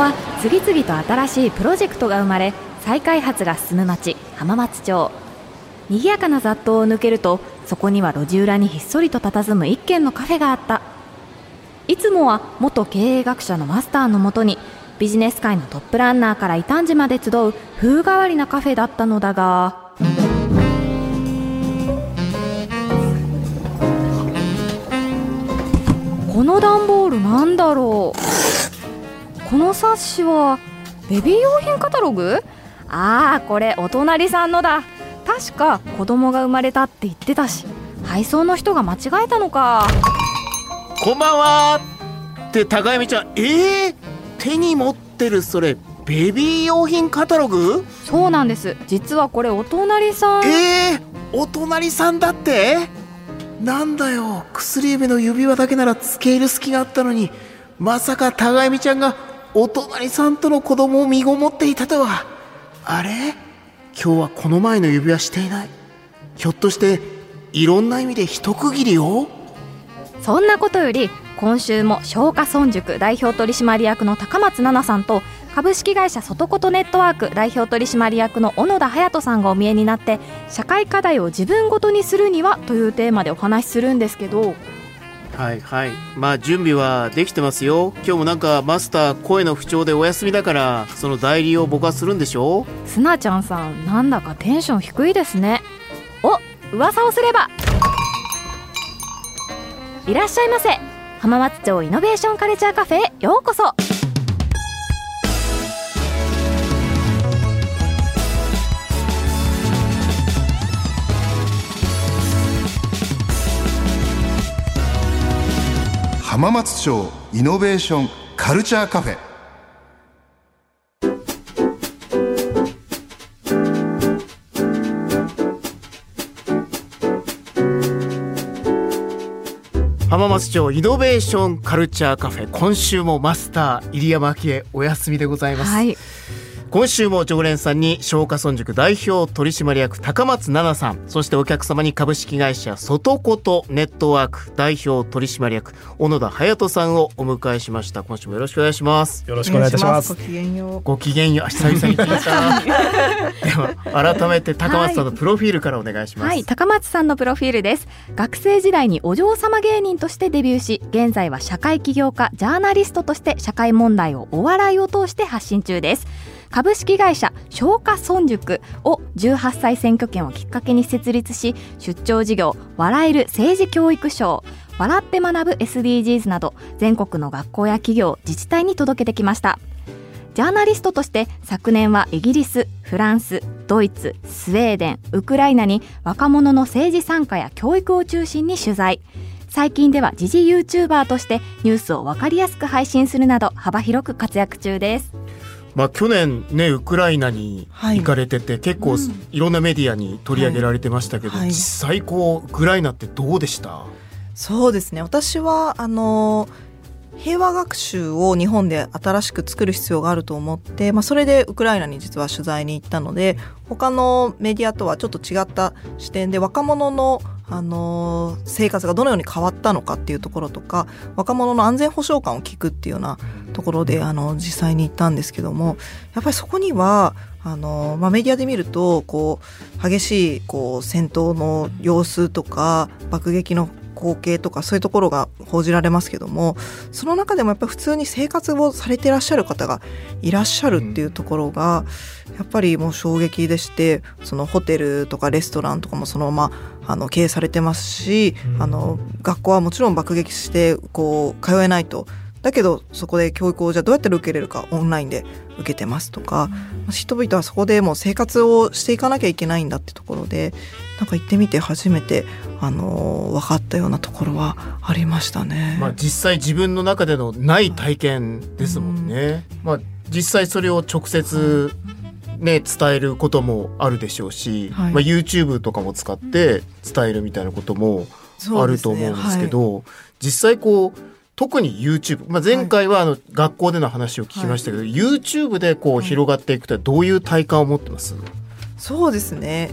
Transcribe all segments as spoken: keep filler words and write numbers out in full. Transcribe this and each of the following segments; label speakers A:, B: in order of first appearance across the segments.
A: は次々と新しいプロジェクトが生まれ、再開発が進む町浜松町。賑やかな雑踏を抜けると、そこには路地裏にひっそりと佇む一軒のカフェがあった。いつもは元経営学者のマスターのもとに、ビジネス界のトップランナーから異端児まで集う風変わりなカフェだったのだが、この段ボールなんだろう。この冊子はベビー用品カタログ？ああ、これお隣さんのだ。確か子供が生まれたって言ってたし、配送の人が間違えたのか。
B: こんばんはって高山ちゃん、えー、手に持ってるそれベビー用品カタログ？
A: そうなんです。実はこれお隣さん。
B: えー、お隣さんだって？なんだよ、薬指の指輪だけなら付け入る隙があったのに、まさか高山ちゃんがお隣さんとの子供を身ごもっていたとは。あれ、今日はこの前の指輪していない。ひょっとしていろんな意味で一区切りを？
A: そんなことより、今週も松下村塾代表取締役の高松菜奈さんと、株式会社外ことネットワーク代表取締役の小野田隼人さんがお見えになって、社会課題を自分ごとにするにはというテーマでお話しするんですけど。
B: はいはい、まあ準備はできてますよ。今日もなんかマスター声の不調でお休みだから、その代理を僕はするんでしょ。
A: すなちゃんさん、なんだかテンション低いですね。お、噂をすれば。いらっしゃいませ。浜松町イノベーションカルチャーカフェへようこそ。
C: 浜松町イノベーションカルチャーカフェ。
B: 浜松町イノベーションカルチャーカフェ、今週もマスター入山明恵お休みでございます、
A: はい、
B: 今週も常連さんに松下村塾代表取締役高松菜奈さん、そしてお客様に株式会社外ことネットワーク代表取締役小野田隼人さんをお迎えしました。今週もよろしくお願いします。
D: よろしくお願いいたします。
E: ごきげんよう。
B: ごきげんよう。久々に聞いたでは改めて高松さんのプロフィールからお願いします。
A: はい、高松さんのプロフィールです。学生時代にお嬢様芸人としてデビューし、現在は社会起業家ジャーナリストとして社会問題をお笑いを通して発信中です。株式会社松下村塾をじゅうはっさい選挙権をきっかけに設立し、出張事業笑える政治教育賞、笑って学ぶ エスディージーズ など全国の学校や企業自治体に届けてきました。ジャーナリストとして昨年はイギリス、フランス、ドイツ、スウェーデン、ウクライナに若者の政治参加や教育を中心に取材。最近では時事 YouTuber としてニュースを分かりやすく配信するなど幅広く活躍中です。
B: まあ、去年ねウクライナに行かれてて、はい、結構いろんなメディアに取り上げられてましたけど、はい、実際こうウクライナってどうでした？
E: そうですね、私はあの平和学習を日本で新しく作る必要があると思って、まあ、それでウクライナに実は取材に行ったので、他のメディアとはちょっと違った視点で若者のあの生活がどのように変わったのかっていうところとか、若者の安全保障感を聞くっていうようなところであの実際に行ったんですけども、やっぱりそこにはあの、まあ、メディアで見るとこう激しいこう戦闘の様子とか爆撃の光景とかそういうところが報じられますけども、その中でもやっぱり普通に生活をされていらっしゃる方がいらっしゃるっていうところがやっぱりもう衝撃でして、そのホテルとかレストランとかもそのままあの経営されてますし、あの学校はもちろん爆撃してこう通えないと、だけどそこで教育をじゃあどうやって受けれるか、オンラインで受けてますとか、人々はそこでもう生活をしていかなきゃいけないんだってところで、なんか行ってみて初めてあの分かったようなところはありましたね。
B: まあ、実際自分の中でのない体験ですもんね、うんまあ、実際それを直接、ね、伝えることもあるでしょうし、はいまあ、YouTube とかも使って伝えるみたいなこともあると思うんですけど、ねはい、実際こう特に YouTube、まあ、前回はあの学校での話を聞きましたけど、はい、YouTube でこう広がっていくとどういう体感を持ってます？
E: そうですね、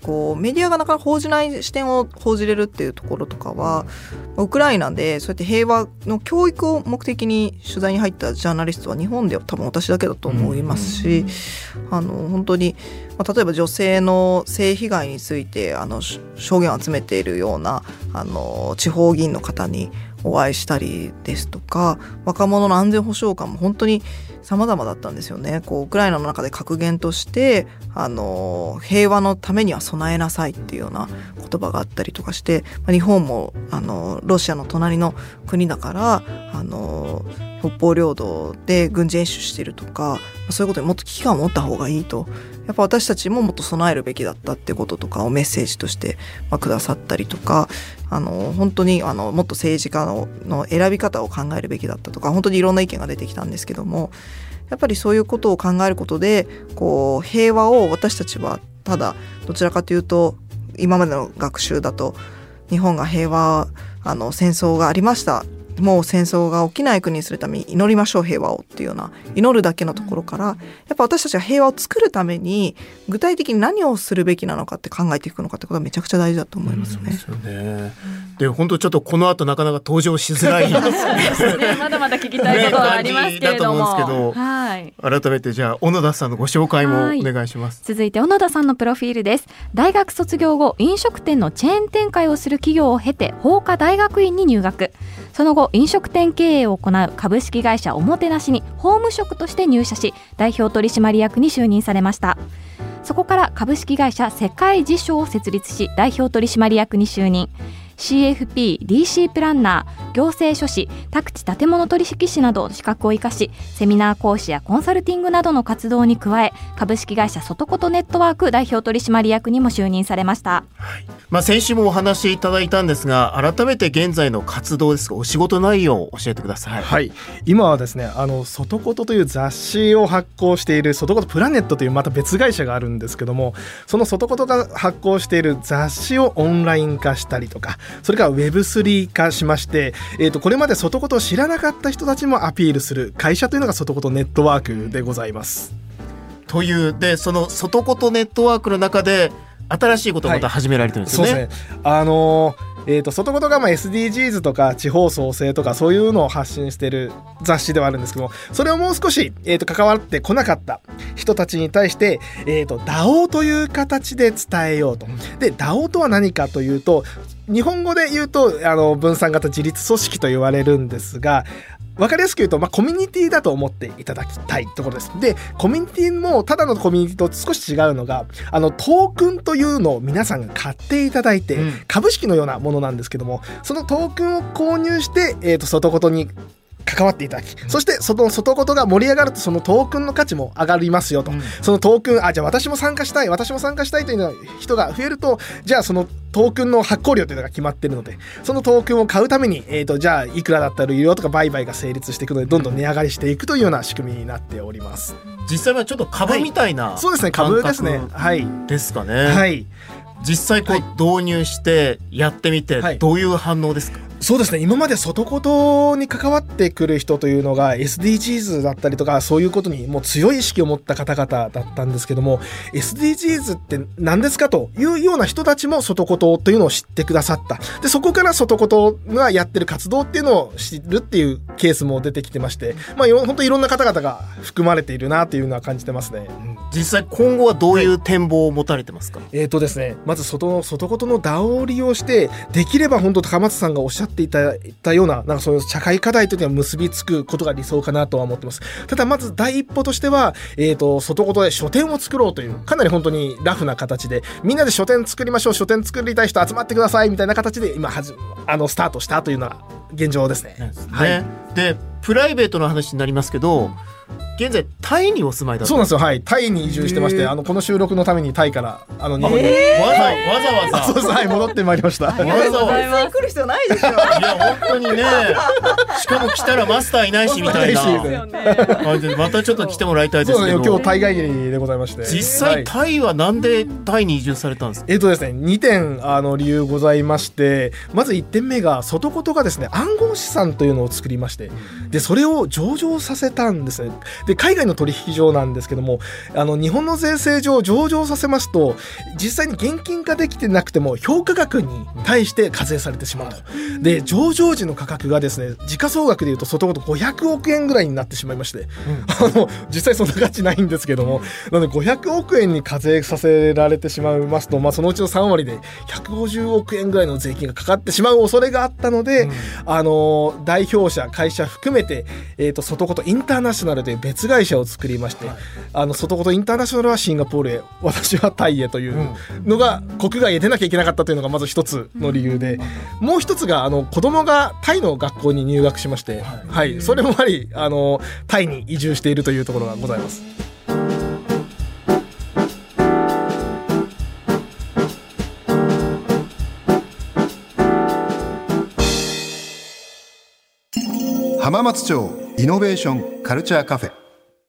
E: こうメディアがなかなか報じない視点を報じれるっていうところとかはウクライナでそうやって平和の教育を目的に取材に入ったジャーナリストは日本では多分私だけだと思いますし、あの本当に、まあ、例えば女性の性被害についてあの証言を集めているようなあの地方議員の方にお会いしたりですとか、若者の安全保障官も本当に様々だったんですよね。こうウクライナの中で格言としてあの平和のためには備えなさいっていうような言葉があったりとかして、まあ、日本もあのロシアの隣の国だからあの北方領土で軍事演習しているとか、そういうことにもっと危機感を持った方がいいと、やっぱ私たちももっと備えるべきだったってこととかをメッセージとして、まあ、くださったりとか、あの本当にあのもっと政治家 の, の選び方を考えるべきだったとか、本当にいろんな意見が出てきたんですけども、やっぱりそういうことを考えることでこう平和を私たちはただどちらかというと今までの学習だと日本が平和あの戦争がありました、もう戦争が起きない国にするために祈りましょう平和をっていうような祈るだけのところから、やっぱ私たちが平和を作るために具体的に何をするべきなのかって考えていくのかってことはめちゃくちゃ大事だと思いますね。
B: そうですよね。で本当ちょっとこの後なかなか登場しづらい
A: ね、まだまだ聞きたいことはありますけれども、
B: ね、感じだと思うんですけど、はい、改めてじゃあ小野田さんのご紹介もお願いします。
A: 続いて小野田さんのプロフィールです。大学卒業後飲食店のチェーン展開をする企業を経て法科大学院に入学、その後飲食店経営を行う株式会社おもてなしに法務職として入社し、代表取締役に就任されました。そこから株式会社世界地商を設立し、代表取締役に就任。 シーエフピー、ディーシー プランナー、行政書士、宅地建物取引士など資格を生かし、セミナー講師やコンサルティングなどの活動に加え、株式会社外ことネットワーク代表取締役にも就任されました。
B: はい、まあ、先週もお話しいただいたんですが、改めて現在の活動ですがお仕事内容を教えてください。
D: はい、今はですね、あの外ことという雑誌を発行している外ことプラネットというまた別会社があるんですけども、その外ことが発行している雑誌をオンライン化したりとか、それから ウェブスリー 化しまして、えーと、これまで外ことを知らなかった人たちもアピールする会社というのが外ことネットワークでございます。
B: というで、その外ことネットワークの中で新しいことをまた始められてるんですよね。はい、そうですね。あのーえーと、外ことがまあ エスディージーズ とか地方創生とかそういうのを発信している雑誌ではあるんですけども、それをもう少し、えーと関わってこなかった人たちに対して、えーと ダオ という形で伝えようと。で ダオ とは何かというと、日本語で言うとあの分散型自立組織と言われるんですが、分かりやすく言うと、まあ、コミュニティだと思っていただきたいところです。でコミュニティもただのコミュニティと少し違うのが、あのトークンというのを皆さんが買っていただいて、うん、株式のようなものなんですけども、そのトークンを購入して、えーと外ことに関わっていただき、そしてその外ことが盛り上がるとそのトークンの価値も上がりますよと、うん、そのトークン、あ、じゃあ私も参加したい私も参加したいという人が増えると、じゃあそのトークンの発行量というのが決まっているので、そのトークンを買うために、えーと、じゃあいくらだったら有料とか売買が成立していくので、どんどん値上がりしていくというような仕組みになっております。 実際はちょっと株みたいな、はい、
D: そうですね、株ですね。はい、
B: ですかね。
D: はい、
B: 実際こう導入してやってみてどういう反応ですか？はい、
D: そうですね、今まで外ことに関わってくる人というのが エスディージーズ だったりとか、そういうことにもう強い意識を持った方々だったんですけども、 エスディージーズ って何ですかというような人たちも外ことというのを知ってくださった。でそこから外ことがやってる活動っていうのを知るっていうケースも出てきてまして、まあ、本当にいろんな方々が含まれているなというのは感じてますね。うん、
B: 実際今後はどういう展望を持たれてますか？はい、
D: えーとですね、まず外外ことの ダオ を利用して、できれば本当高松さんがおっしゃっていたいたような、なんかそういう社会課題というのは結びつくことが理想かなとは思ってます。ただまず第一歩としては、えーと外ことで書店を作ろうという、かなり本当にラフな形で、みんなで書店作りましょう、書店作りたい人集まってくださいみたいな形で今はじあのスタートしたというのが現状ですね。
B: ですね。はい、でプライベートの話になりますけど、現在タイにお住まいだった。
D: そうなんですよ。はい、タイに移住してまして、あのこの収録のためにタイからあの日本に、
B: えー、わざわざわざ
D: そうです、はい、戻ってまいりました。わざ
E: わざ来る必要ないでしょ。い
B: や本当にね、しかも来たらマスターいないしみたいな感じで、またちょっと来てもらいたいですけど。
D: そう、今日タイ帰りでございまして。
B: 実際タイはなんでタイに移住されたんですか？
D: えっとですね、にてんあの理由ございまして、まずいってんめが外ことがですね暗号資産というのを作りまして、 でそれを上場させたんですね。で海外の取引所なんですけども、あの日本の税制上上場させますと実際に現金化できてなくても評価額に対して課税されてしまうと。で上場時の価格がですね、時価総額でいうと外ごとごひゃくおくえんぐらいになってしまいまして、うん、あの実際そんな価値ないんですけども、なのでごひゃくおくえんに課税させられてしまいますと、まあ、そのうちのさんわりでひゃくごじゅうおくえんぐらいの税金がかかってしまう恐れがあったので、うん、あの代表者会社含めて、えーと、外ごとインターナショナルという別会社を作りまして、はい、あの外ごとインターナショナルはシンガポールへ、私はタイへというのが、うん、国外へ出なきゃいけなかったというのがまず一つの理由で、うん、もう一つがあの子供がタイの学校に入学しまして、はいはい、それもありあのタイに移住しているというところがございます。
C: 浜松町イノベーションカルチャーカフェ。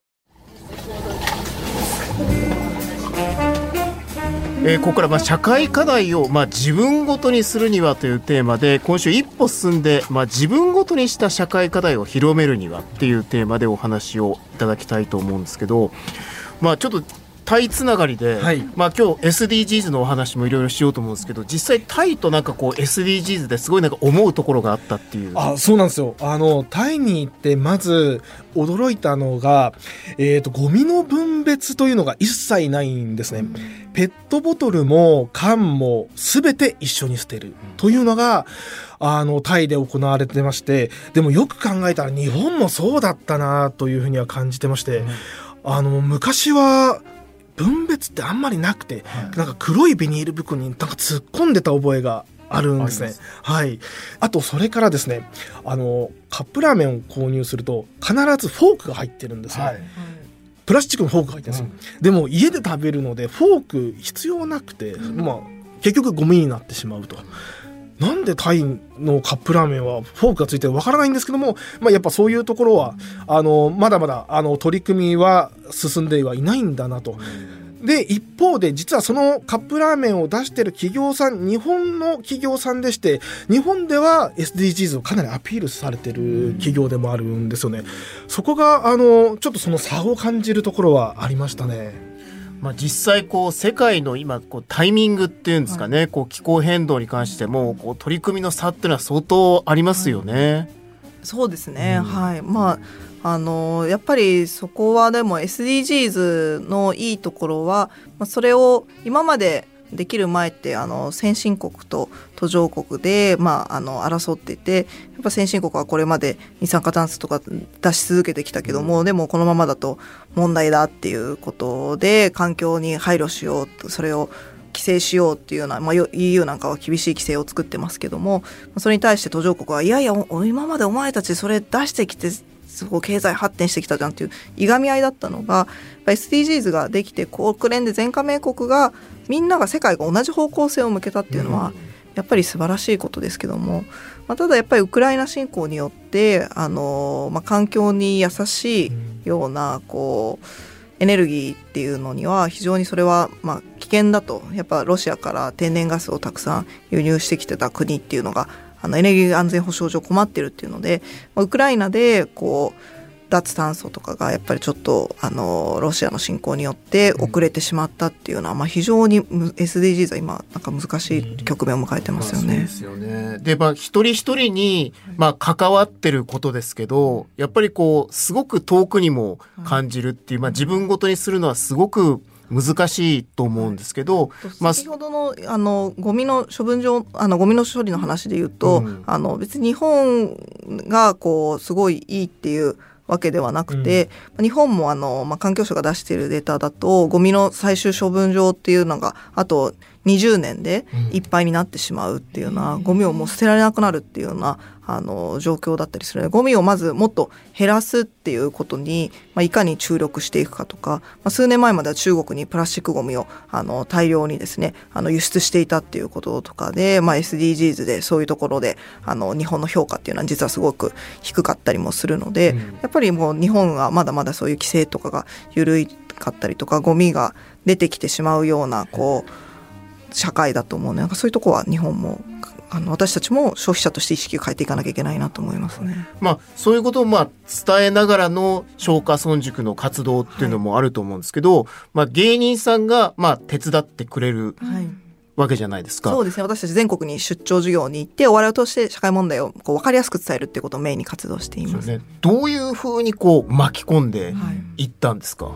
B: えー、ここからまあ社会課題をまあ自分ごとにするにはというテーマで、今週一歩進んでまあ自分ごとにした社会課題を広めるにはっていうテーマでお話をいただきたいと思うんですけど、まあちょっとタイつながりで、はい、まあ今日 エスディージーズ のお話もいろいろしようと思うんですけど、実際タイとなんかこう エスディージーズ ですごいなんか思うところがあったっていう。
D: あ、そうなんですよ。あのタイに行ってまず驚いたのが、えーと、ゴミの分別というのが一切ないんですね。うん、ペットボトルも缶も全て一緒に捨てるというのがあのタイで行われてまして、でもよく考えたら日本もそうだったなというふうには感じてまして、うん、あの昔は分別ってあんまりなくて、はい、なんか黒いビニール袋になんか突っ込んでた覚えがあるんですね。あ、はい、あとそれからですね、あのカップラーメンを購入すると必ずフォークが入ってるんですよ、はい、プラスチックのフォークが入ってるんですよ、うん、でも家で食べるのでフォーク必要なくて、うん、まあ、結局ゴミになってしまうと。なんでタイのカップラーメンはフォークがついてるかわからないんですけども、まあ、やっぱそういうところはあのまだまだあの取り組みは進んではいないんだなと。で一方で実はそのカップラーメンを出している企業さん、日本の企業さんでして、日本では エスディージーズ をかなりアピールされている企業でもあるんですよね。そこがあのちょっとその差を感じるところはありましたね。
B: まあ、実際こう世界の今こうタイミングっていうんですかね、はい、こう気候変動に関してもこう取り組みの差っていうのは相当ありますよね。はい、
E: そうですね、うん、はい、まああのやっぱりそこはでも エスディージーズ のいいところは、まあ、それを今までできる前ってあの先進国と途上国で、まあ、あの争っていて、やっぱ先進国はこれまで二酸化炭素とか出し続けてきたけども、うん、でもこのままだと問題だっていうことで環境に配慮しよう、それを規制しようっていうような、まあ、イーユー なんかは厳しい規制を作ってますけども、それに対して途上国はいやいや今までお前たちそれ出してきてすごい経済発展してきたじゃんっていういがみ合いだったのが エスディージーズ ができて国連で全加盟国がみんなが世界が同じ方向性を向けたっていうのはやっぱり素晴らしいことですけども、まあ、ただやっぱりウクライナ侵攻によってあの、まあ、環境に優しいようなこうエネルギーっていうのには非常にそれはまあ危険だと。やっぱロシアから天然ガスをたくさん輸入してきてた国っていうのがあのエネルギー安全保障上困ってるっていうので、ウクライナでこう脱炭素とかがやっぱりちょっとあのロシアの侵攻によって遅れてしまったっていうのは、まあ、非常に エスディージーズ は今なんか難しい局面を迎えてますよね。
B: うん、まあ、そうですよね。で、まあ、一人一人に、まあ、関わってることですけど、やっぱりこうすごく遠くにも感じるっていう、まあ、自分ごとにするのはすごく難しいと思うんですけど、
E: まあ、先ほどのあのゴミの処分場あのゴミの処理の話で言うと、うん、あの別に日本がこうすごいいいっていうわけではなくて、うん、日本もあの、まあ、環境省が出しているデータだとゴミの最終処分場っていうのがあとにじゅうねんでいっぱいになってしまうっていうような、うん、ゴミをもう捨てられなくなるっていうようなあの状況だったりするので、ゴミをまずもっと減らすっていうことに、まあ、いかに注力していくかとか、まあ、数年前までは中国にプラスチックゴミをあの大量にですねあの輸出していたっていうこととかで、まあ、エスディージーズ でそういうところであの日本の評価っていうのは実はすごく低かったりもするので、うん、やっぱりもう日本はまだまだそういう規制とかが緩いかったりとか、ゴミが出てきてしまうようなこう社会だと思うので、なんかそういうとこは日本もあの私たちも消費者として意識を変えていかなきゃいけないなと思いますね。
B: まあ、そういうことをまあ伝えながらの松下村塾の活動っていうのもあると思うんですけど、はい、まあ、芸人さんがまあ手伝ってくれる、はい、わけじゃないですか。
E: そうですね。私たち全国に出張授業に行ってお笑いを通して社会問題をこう分かりやすく伝えるっていうことをメインに活動しています。
B: ね、どういうふうにこう巻き込んでいったんですか？はい、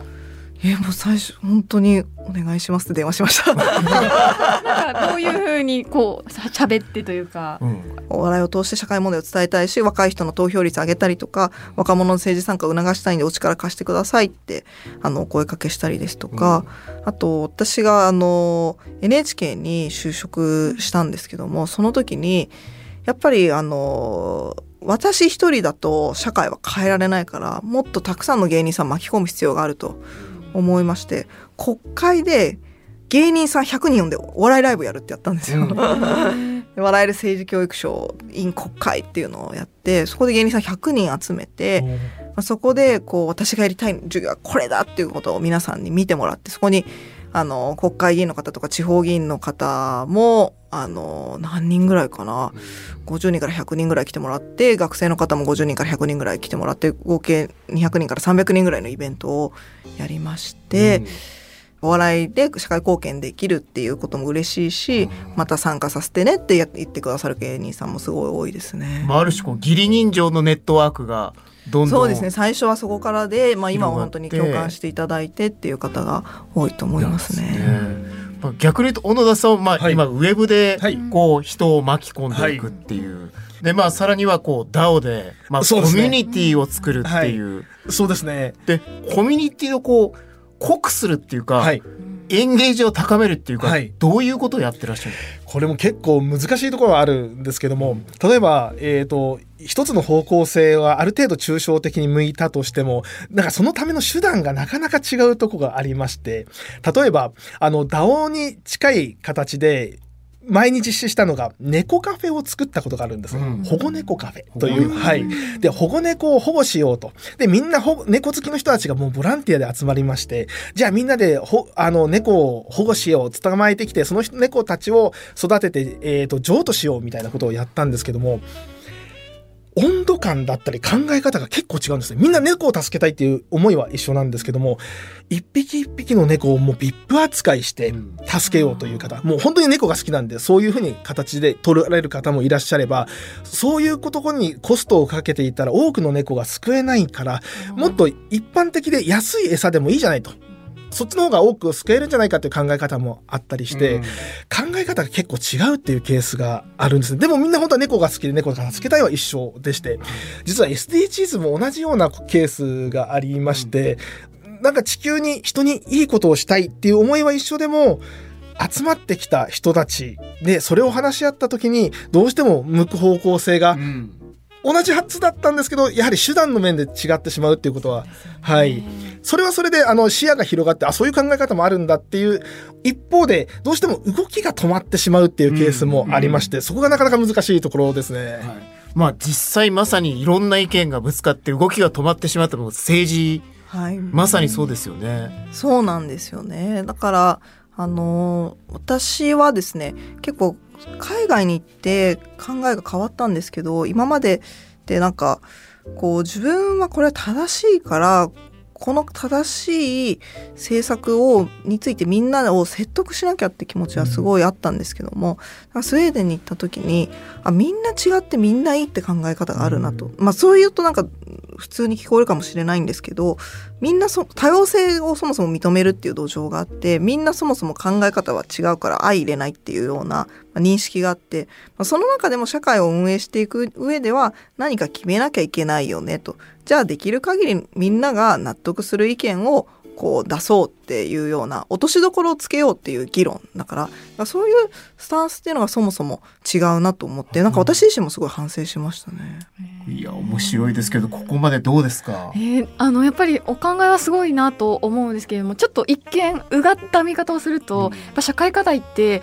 E: えー、もう最初本当にお願いしますって電話しましたなん
A: かどういうふうにこう喋ってというか、うん、
E: お笑いを通して社会問題を伝えたいし、若い人の投票率上げたりとか、若者の政治参加を促したいんでお力貸してくださいってあのお声かけしたりですとか、うん、あと私があの エヌエイチケー に就職したんですけども、その時にやっぱりあの私一人だと社会は変えられないから、もっとたくさんの芸人さん巻き込む必要があると思いまして、国会で芸人さんひゃくにん呼んでお笑いライブやるってやったんですよ、うん、笑える政治教育賞 in 国会っていうのをやって、そこで芸人さんひゃくにん集めて、まあ、そこでこう私がやりたい授業はこれだっていうことを皆さんに見てもらって、そこにあの国会議員の方とか地方議員の方もあの何人ぐらいかな、ごじゅうにんからひゃくにんぐらい来てもらって、学生の方もごじゅうにんからひゃくにんぐらい来てもらって、合計にひゃくにんからさんびゃくにんぐらいのイベントをやりまして、うん、お笑いで社会貢献できるっていうことも嬉しいし、また参加させてねって言ってくださる芸人さんもすごい多いですね。
B: まあ、ある種こう義理人情のネットワークがどんどん
E: そうですね、最初はそこからで、まあ、今は本当に共感していただいてっていう方が多いと思いますね。
B: まあ、逆に言うと小野田さんは、まあはい、今ウェブでこう人を巻き込んでいくっていう、はい、でまあ、さらにはこう ダオ で、まあ、コミュニティを作るっていう、
D: そうですね。
B: でコミュニティをこう濃くするっていうか、はい、エンゲージを高めるっていうか、はい、どういうことをやってらっしゃる？
D: これも結構難しいところはあるんですけども、例えば、えーと、一つの方向性はある程度抽象的に向いたとしても、なんかそのための手段がなかなか違うところがありまして、例えばあの ダオ に近い形で前に実施したのが猫カフェを作ったことがあるんです、うん、保護猫カフェという、はい、で保護猫を保護しようと、でみんな保猫好きの人たちがもうボランティアで集まりまして、じゃあみんなでほあの猫を保護しよう、捕まえてきてその猫たちを育てて、えーと、譲渡しようみたいなことをやったんですけども、温度感だったり考え方が結構違うんですね。みんな猫を助けたいっていう思いは一緒なんですけども、一匹一匹の猫をもう ブイアイピー 扱いして助けようという方、もう本当に猫が好きなんでそういうふうに形で取られる方もいらっしゃれば、そういうところにコストをかけていたら多くの猫が救えないから、もっと一般的で安い餌でもいいじゃないと、そっちの方が多く救えるんじゃないかという考え方もあったりして、うん、考え方が結構違うっていうケースがあるんですね。でもみんな本当は猫が好きで猫が助けたいは一緒でして、実は エスディージーズ も同じようなケースがありまして、うん、なんか地球に人にいいことをしたいっていう思いは一緒でも、集まってきた人たちでそれを話し合った時にどうしても向く方向性が、うん、同じ発だったんですけど、やはり手段の面で違ってしまうっていうことは、はい、それはそれであの視野が広がって、あ、そういう考え方もあるんだっていう一方で、どうしても動きが止まってしまうっていうケースもありまして、うんうん、そこがなかなか難しいところですね。はい、
B: まあ実際まさにいろんな意見がぶつかって動きが止まってしまったのも政治、はい、まさにそうですよね。
E: そうなんですよね。だからあの私はですね、結構海外に行って考えが変わったんですけど、今までってなんかこう自分はこれは正しいから、この正しい政策をについてみんなを説得しなきゃって気持ちはすごいあったんですけども、うん、スウェーデンに行った時に、あ、みんな違ってみんないいって考え方があるなと、うん、まあそう言うとなんか普通に聞こえるかもしれないんですけど、みんなそ多様性をそもそも認めるっていう土壌があって、みんなそもそも考え方は違うから相入れないっていうような認識があって、その中でも社会を運営していく上では何か決めなきゃいけないよねと。じゃあできる限りみんなが納得する意見をこう出そうっていうような落としどころをつけようっていう議論だから、だからそういうスタンスっていうのがそもそも違うなと思って、なんか私自身もすごい反省しましたね。
B: いや面白いですけど、ここまでどうですか？
A: えー、あのやっぱりお考えはすごいなと思うんですけれども、ちょっと一見うがった見方をすると、うん、やっぱ社会課題って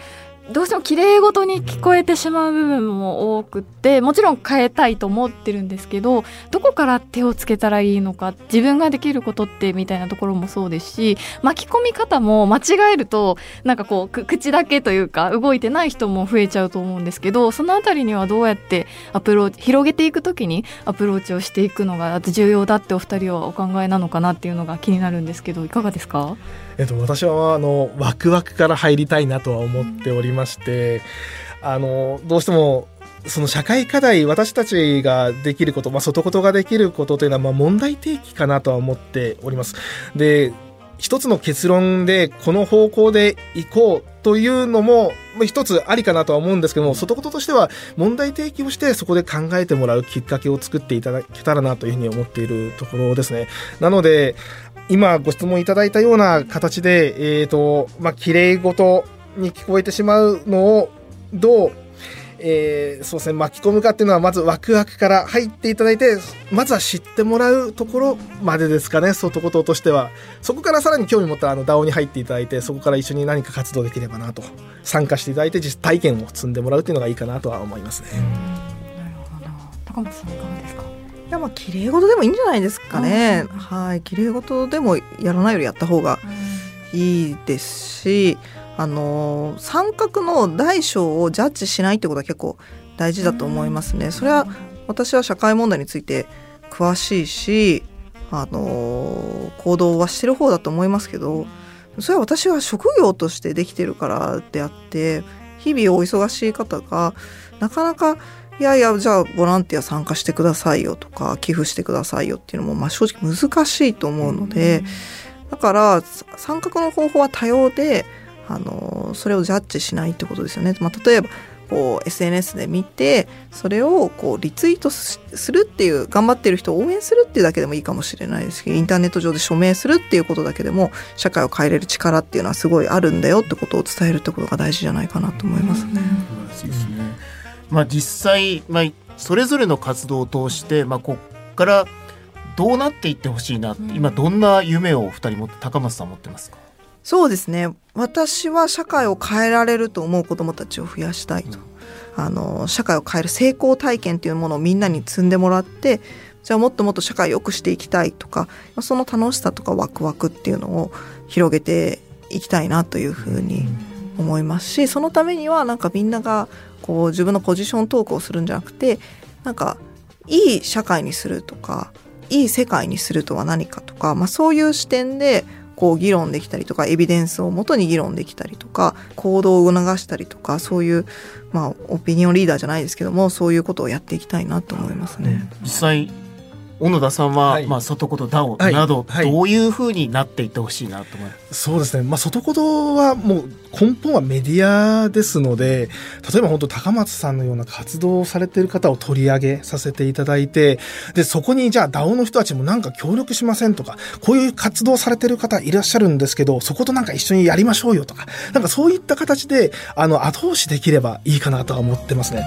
A: どうしても綺麗事に聞こえてしまう部分も多くって、もちろん変えたいと思ってるんですけど、どこから手をつけたらいいのか、自分ができることってみたいなところもそうですし、巻き込み方も間違えるとなんかこう口だけというか動いてない人も増えちゃうと思うんですけど、そのあたりにはどうやってアプローチ広げていくときにアプローチをしていくのが重要だってお二人はお考えなのかなっていうのが気になるんですけど、いかがですか？
D: えっと、私はあのワクワクから入りたいなとは思っておりまして、あのどうしてもその社会課題、私たちができること、まあ、外事ができることというのはまあ問題提起かなとは思っております。で、一つの結論でこの方向で行こうというのも一つありかなとは思うんですけども、外事としては問題提起をしてそこで考えてもらうきっかけを作っていただけたらなというふうに思っているところですね。なので今ご質問いただいたような形で、えーとまあ、綺麗事に聞こえてしまうのをどう、えーそうですね、巻き込むかっていうのは、まずワクワクから入っていただいて、まずは知ってもらうところまでですかね、外事としては。そこからさらに興味持ったらあの ダオ に入っていただいて、そこから一緒に何か活動できればなと、参加していただいて実体験を積んでもらうっていうのがいいかなとは思いますね。
A: なるほど。高松さんいかがですか？
E: いや、まあ綺麗事でもいいんじゃないですかね。はい、綺麗事でもやらないよりやった方がいいですし、あの参画の大小をジャッジしないってことは結構大事だと思いますね。それは私は社会問題について詳しいし、あの行動はしてる方だと思いますけど、それは私は職業としてできてるからであって、日々お忙しい方がなかなかいやいやじゃあボランティア参加してくださいよとか寄付してくださいよっていうのもまあ正直難しいと思うので、だから参画の方法は多様で、あのそれをジャッジしないってことですよね。まあ、例えばこう エスエヌエス で見てそれをこうリツイートするっていう、頑張ってる人を応援するっていうだけでもいいかもしれないですけど、インターネット上で署名するっていうことだけでも社会を変えれる力っていうのはすごいあるんだよってことを伝えるってことが大事じゃないかなと思いますね。
B: そうですね。まあ、実際、まあ、それぞれの活動を通して、まあ、こっからどうなっていってほしいな、今どんな夢をお二人持って、高松さん持ってますか？
E: そうですね、私は社会を変えられると思う子どもたちを増やしたいと、うん、あの社会を変える成功体験というものをみんなに積んでもらって、じゃあもっともっと社会を良くしていきたいとか、その楽しさとかワクワクっていうのを広げていきたいなというふうに思いますし、そのためにはなんかみんながこう自分のポジショントークをするんじゃなくて、なんかいい社会にするとかいい世界にするとは何かとか、まあ、そういう視点でこう議論できたりとか、エビデンスをもとに議論できたりとか、行動を促したりとか、そういう、まあ、オピニオンリーダーじゃないですけども、そういうことをやっていきたいなと思いますね。
B: 実際小野田さんは、はい、まあ、外事 ダオ など、はいはい、どういうふうになっていってほしいなと思います。
D: そうですね、まあ、外事はもう根本はメディアですので、例えば本当高松さんのような活動をされている方を取り上げさせていただいて、でそこにじゃあ ダオ の人たちもなんか協力しませんとか、こういう活動されている方いらっしゃるんですけど、そことなんか一緒にやりましょうよとか、なんかそういった形であの後押しできればいいかなとは思ってますね。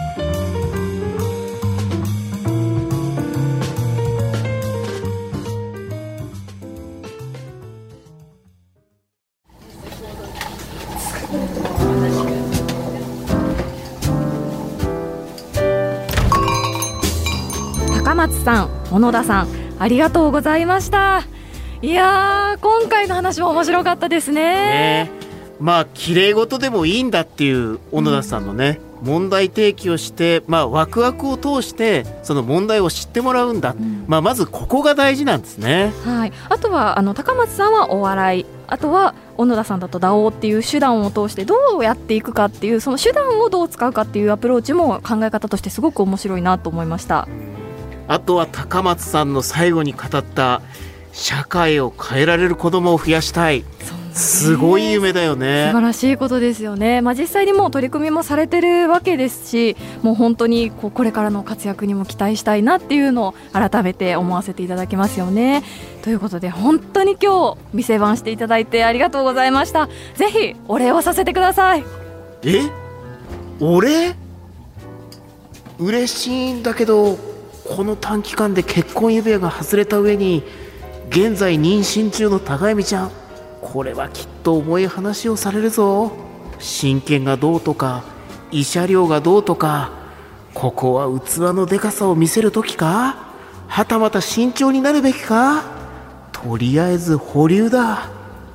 A: 高松さん、小野田さん、ありがとうございました。いやー、今回の話も面白かったですね。
B: ね、まあ綺麗事でもいいんだっていう小野田さんのね、うん、問題提起をして、まあ、ワクワクを通してその問題を知ってもらうんだ、うん、まあ、まずここが大事なんですね。
A: はい、あとはあの高松さんはお笑い、あとは小野田さんだと ダオ っていう手段を通してどうやっていくかっていう、その手段をどう使うかっていうアプローチも考え方としてすごく面白いなと思いました。
B: あとは高松さんの最後に語った社会を変えられる子どもを増やしたい、すごい夢だよね。
A: 素晴らしいことですよね。まあ、実際にもう取り組みもされてるわけですし、もう本当にこうこれからの活躍にも期待したいなっていうのを改めて思わせていただきますよね。ということで本当に今日店番していただいてありがとうございました。ぜひお礼をさせてください。
B: え、お礼？嬉しいんだけど、この短期間で結婚指輪が外れた上に現在妊娠中の高弓ちゃん、これはきっと重い話をされるぞ。 真剣がどうとか慰謝料がどうとか、ここは器のでかさを見せる時か、はたまた慎重になるべきか、とりあえず保留だ。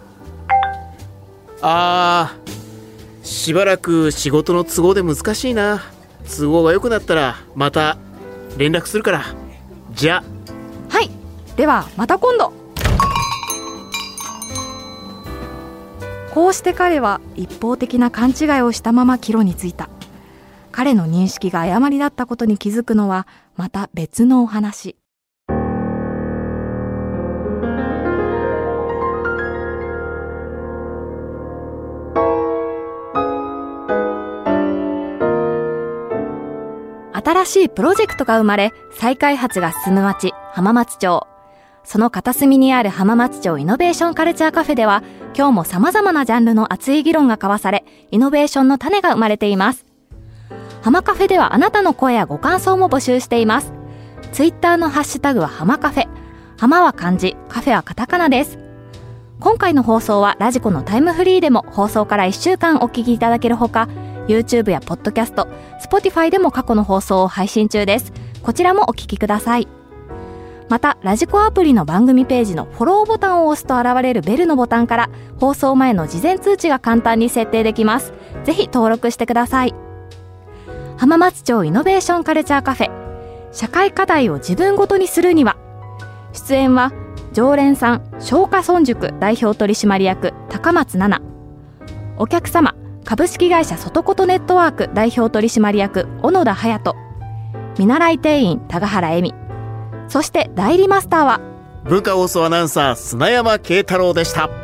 B: あー、しばらく仕事の都合で難しいな。都合が良くなったらまた連絡するから。じゃ
A: はい、ではまた今度。こうして彼は一方的な勘違いをしたまま帰路に着いた。彼の認識が誤りだったことに気づくのはまた別のお話。新しいプロジェクトが生まれ、再開発が進む町、浜松町。その片隅にある浜松町イノベーションカルチャーカフェでは、今日も様々なジャンルの熱い議論が交わされ、イノベーションの種が生まれています。浜カフェではあなたの声やご感想も募集しています。ツイッターのハッシュタグは浜カフェ。浜は漢字、カフェはカタカナです。今回の放送はラジコのタイムフリーでも放送からいっしゅうかんお聞きいただけるほか、YouTube や Podcast、Spotify でも過去の放送を配信中です。こちらもお聞きください。また、ラジコアプリの番組ページのフォローボタンを押すと現れるベルのボタンから放送前の事前通知が簡単に設定できます。ぜひ登録してください。浜松町イノベーションカルチャーカフェ、社会課題を自分ごとにするには。出演は常連さん、松下村塾代表取締役高松奈々、お客様株式会社外ことネットワーク代表取締役小野田隼人、見習い店員高原恵美、そして代理マスターは
B: 文化放送アナウンサー砂山慶太郎でした。